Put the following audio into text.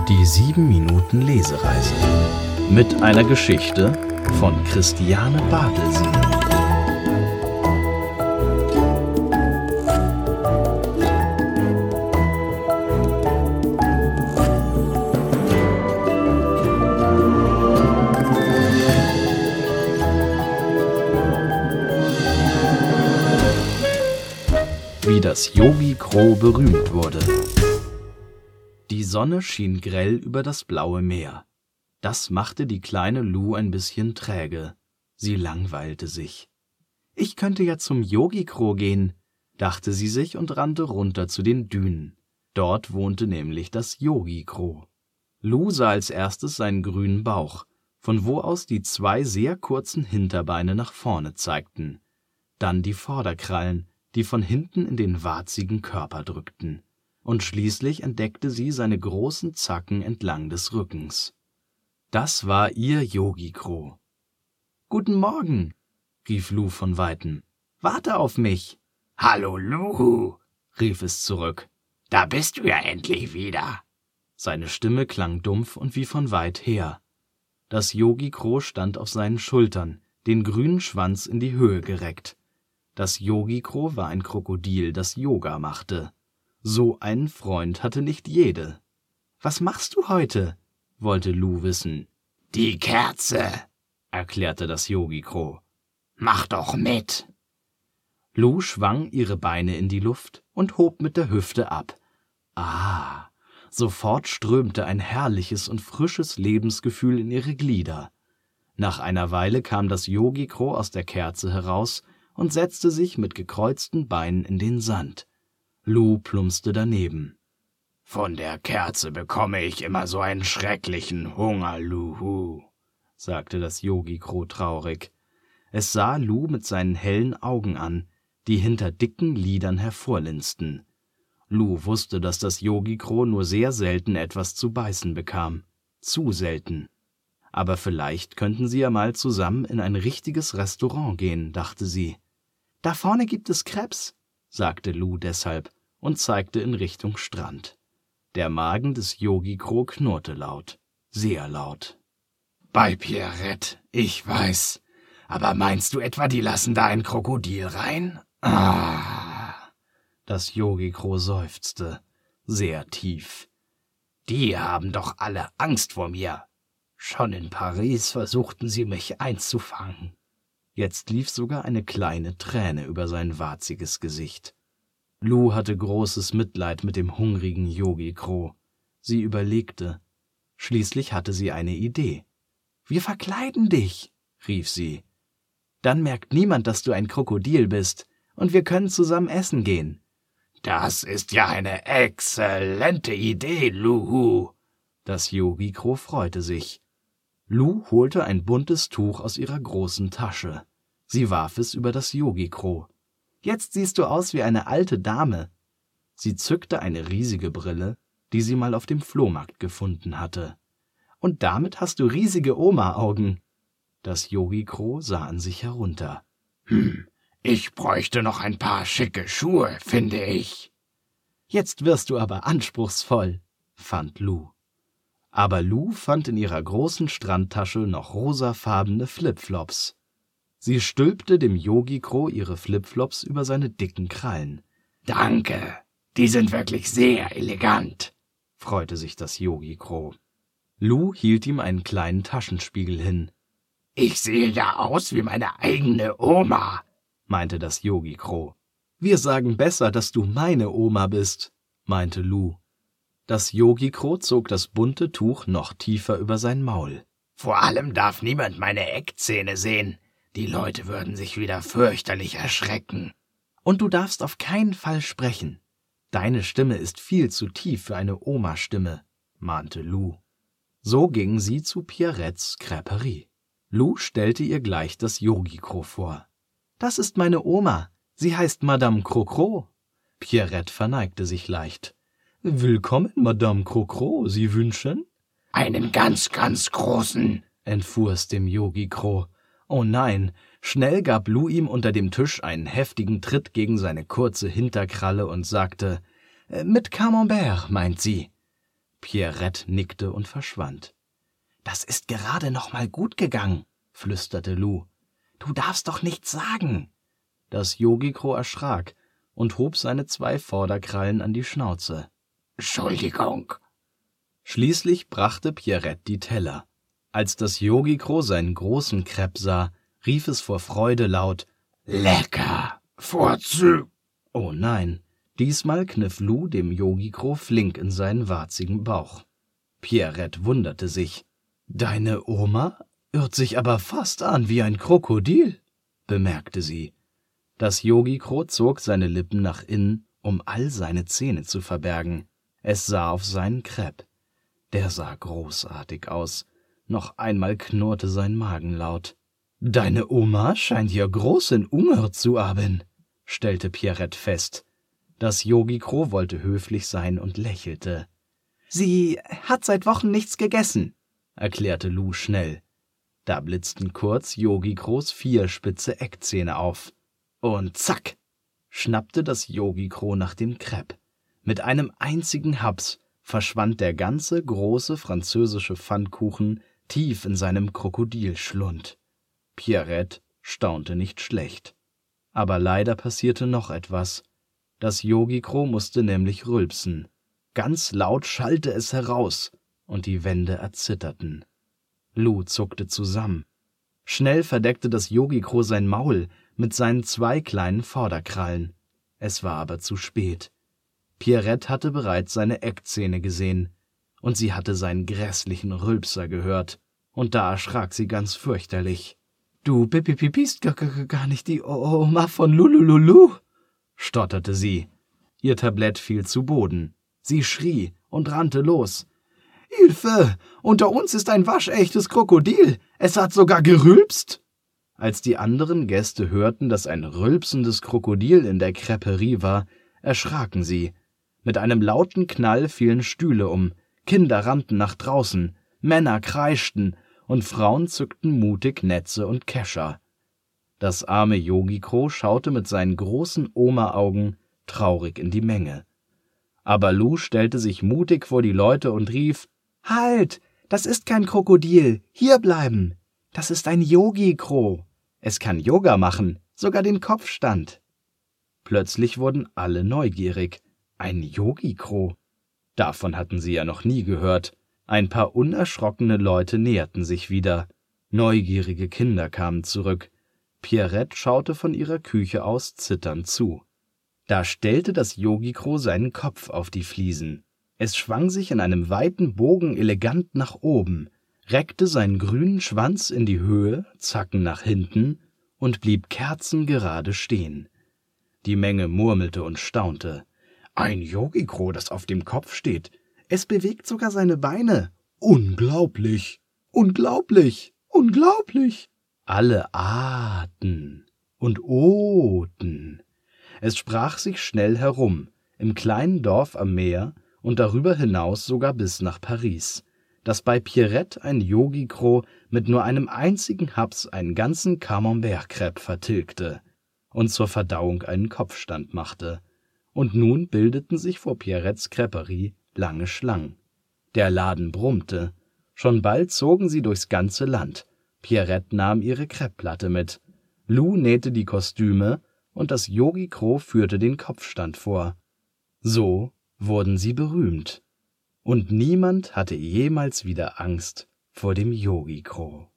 Die 7 Minuten Lesereise mit einer Geschichte von Christiane Bartelsen. Wie das Yogi Kro berühmt wurde. Die Sonne schien grell über das blaue Meer. Das machte die kleine Lu ein bisschen träge. Sie langweilte sich. »Ich könnte ja zum Yogi Kro gehen«, dachte sie sich und rannte runter zu den Dünen. Dort wohnte nämlich das Yogi Kro. Lu sah als erstes seinen grünen Bauch, von wo aus die 2 sehr kurzen Hinterbeine nach vorne zeigten. Dann die Vorderkrallen, die von hinten in den warzigen Körper drückten. Und schließlich entdeckte sie seine großen Zacken entlang des Rückens. Das war ihr Yogi Kro. »Guten Morgen«, rief Lu von Weitem. »Warte auf mich.« »Hallo Lu«, rief es zurück. »Da bist du ja endlich wieder.« Seine Stimme klang dumpf und wie von weit her. Das Yogi Kro stand auf seinen Schultern, den grünen Schwanz in die Höhe gereckt. Das Yogi Kro war ein Krokodil, das Yoga machte. So einen Freund hatte nicht jede. »Was machst du heute?« wollte Lu wissen. »Die Kerze«, erklärte das Yogi Kro. »Mach doch mit.« Lu schwang ihre Beine in die Luft und hob mit der Hüfte ab. Ah, sofort strömte ein herrliches und frisches Lebensgefühl in ihre Glieder. Nach einer Weile kam das Yogi Kro aus der Kerze heraus und setzte sich mit gekreuzten Beinen in den Sand. Lu plumpste daneben. »Von der Kerze bekomme ich immer so einen schrecklichen Hunger, Luhu«, sagte das Yogi Kro traurig. Es sah Lu mit seinen hellen Augen an, die hinter dicken Lidern hervorlinsten. Lu wusste, dass das Yogi Kro nur sehr selten etwas zu beißen bekam. Zu selten. Aber vielleicht könnten sie ja mal zusammen in ein richtiges Restaurant gehen, dachte sie. »Da vorne gibt es Crepes«, sagte Lu deshalb und zeigte in Richtung Strand. Der Magen des Yogi Kro knurrte laut, sehr laut. »Bei Pierrette, ich weiß. Aber meinst du etwa, die lassen da ein Krokodil rein?« »Ah!« Das Yogi Kro seufzte, sehr tief. »Die haben doch alle Angst vor mir. Schon in Paris versuchten sie mich einzufangen.« Jetzt lief sogar eine kleine Träne über sein warziges Gesicht. Lu hatte großes Mitleid mit dem hungrigen Yogi Kro. Sie überlegte. Schließlich hatte sie eine Idee. »Wir verkleiden dich«, rief sie. »Dann merkt niemand, dass du ein Krokodil bist, und wir können zusammen essen gehen.« »Das ist ja eine exzellente Idee, Luhu.« Das Yogi Kro freute sich. Lu holte ein buntes Tuch aus ihrer großen Tasche. Sie warf es über das Yogi Kro. »Jetzt siehst du aus wie eine alte Dame.« Sie zückte eine riesige Brille, die sie mal auf dem Flohmarkt gefunden hatte. »Und damit hast du riesige Oma-Augen.« Das Yogi Kro sah an sich herunter. Ich bräuchte noch ein paar schicke Schuhe, finde ich.« »Jetzt wirst du aber anspruchsvoll«, fand Lu. Aber Lu fand in ihrer großen Strandtasche noch rosafarbene Flipflops. Sie stülpte dem Yogi Kro ihre Flipflops über seine dicken Krallen. »Danke, die sind wirklich sehr elegant«, freute sich das Yogi Kro. Lu hielt ihm einen kleinen Taschenspiegel hin. »Ich sehe ja aus wie meine eigene Oma«, meinte das Yogi Kro. »Wir sagen besser, dass du meine Oma bist«, meinte Lu. Das Yogi Kro zog das bunte Tuch noch tiefer über sein Maul. »Vor allem darf niemand meine Eckzähne sehen. Die Leute würden sich wieder fürchterlich erschrecken.« »Und du darfst auf keinen Fall sprechen. Deine Stimme ist viel zu tief für eine Oma-Stimme«, mahnte Lu. So gingen sie zu Pierrettes Crêperie. Lu stellte ihr gleich das Yogi Kro vor. »Das ist meine Oma. Sie heißt Madame Kro-Kro.« Pierrette verneigte sich leicht. »Willkommen, Madame Kro-Kro. Sie wünschen?« »Einen ganz, ganz großen«, entfuhr es dem Yogi Kro. Oh nein, schnell gab Lu ihm unter dem Tisch einen heftigen Tritt gegen seine kurze Hinterkralle und sagte, »Mit Camembert, meint sie.« Pierrette nickte und verschwand. »Das ist gerade noch mal gut gegangen«, flüsterte Lou. »Du darfst doch nichts sagen.« Das Yogikro erschrak und hob seine 2 Vorderkrallen an die Schnauze. »Entschuldigung.« Schließlich brachte Pierrette die Teller. Als das Yogikro seinen großen Crepe sah, rief es vor Freude laut: »Lecker! Vorzüglich!« Oh nein, diesmal kniff Lou dem Yogikro flink in seinen warzigen Bauch. Pierrette wunderte sich. »Deine Oma hört sich aber fast an wie ein Krokodil«, bemerkte sie. Das Yogikro zog seine Lippen nach innen, um all seine Zähne zu verbergen. Es sah auf seinen Crepe. Der sah großartig aus. Noch einmal knurrte sein Magen laut. »Deine Oma scheint ja großen Hunger zu haben«, stellte Pierrette fest. Das Yogikro wollte höflich sein und lächelte. »Sie hat seit Wochen nichts gegessen«, erklärte Lou schnell. Da blitzten kurz Yogikros 4 spitze Eckzähne auf. Und zack, schnappte das Yogikro nach dem Crepe. Mit einem einzigen Haps verschwand der ganze große französische Pfannkuchen tief in seinem Krokodilschlund. Pierrette staunte nicht schlecht. Aber leider passierte noch etwas. Das Yogikro musste nämlich rülpsen. Ganz laut schallte es heraus, und die Wände erzitterten. Lou zuckte zusammen. Schnell verdeckte das Yogikro sein Maul mit seinen 2 kleinen Vorderkrallen. Es war aber zu spät. Pierrette hatte bereits seine Eckzähne gesehen, und sie hatte seinen grässlichen Rülpser gehört, und da erschrak sie ganz fürchterlich. »Du bist gar nicht die Oma von Lulululu«, stotterte sie. Ihr Tablett fiel zu Boden. Sie schrie und rannte los. »Hilfe! Unter uns ist ein waschechtes Krokodil! Es hat sogar gerülpst!« Als die anderen Gäste hörten, dass ein rülpsendes Krokodil in der Crêperie war, erschraken sie. Mit einem lauten Knall fielen Stühle um, Kinder rannten nach draußen, Männer kreischten und Frauen zückten mutig Netze und Kescher. Das arme Yogikro schaute mit seinen großen Oma-Augen traurig in die Menge. Aber Lou stellte sich mutig vor die Leute und rief: »Halt! Das ist kein Krokodil! Hier bleiben! Das ist ein Yogikro! Es kann Yoga machen, sogar den Kopfstand!« Plötzlich wurden alle neugierig. Ein Yogikro? Davon hatten sie ja noch nie gehört. Ein paar unerschrockene Leute näherten sich wieder. Neugierige Kinder kamen zurück. Pierrette schaute von ihrer Küche aus zitternd zu. Da stellte das Yogikro seinen Kopf auf die Fliesen. Es schwang sich in einem weiten Bogen elegant nach oben, reckte seinen grünen Schwanz in die Höhe, Zacken nach hinten und blieb kerzengerade stehen. Die Menge murmelte und staunte. »Ein Yogikro, das auf dem Kopf steht. Es bewegt sogar seine Beine. Unglaublich! Unglaublich! Unglaublich!« Alle ahten und ohten. Es sprach sich schnell herum, im kleinen Dorf am Meer und darüber hinaus sogar bis nach Paris, dass bei Pierrette ein Yogikro mit nur einem einzigen Haps einen ganzen Camembert-Crepe vertilgte und zur Verdauung einen Kopfstand machte. Und nun bildeten sich vor Pierrettes Crêperie lange Schlangen. Der Laden brummte. Schon bald zogen sie durchs ganze Land. Pierrette nahm ihre Crêpeplatte mit. Lou nähte die Kostüme und das Yogikro führte den Kopfstand vor. So wurden sie berühmt. Und niemand hatte jemals wieder Angst vor dem Yogikro.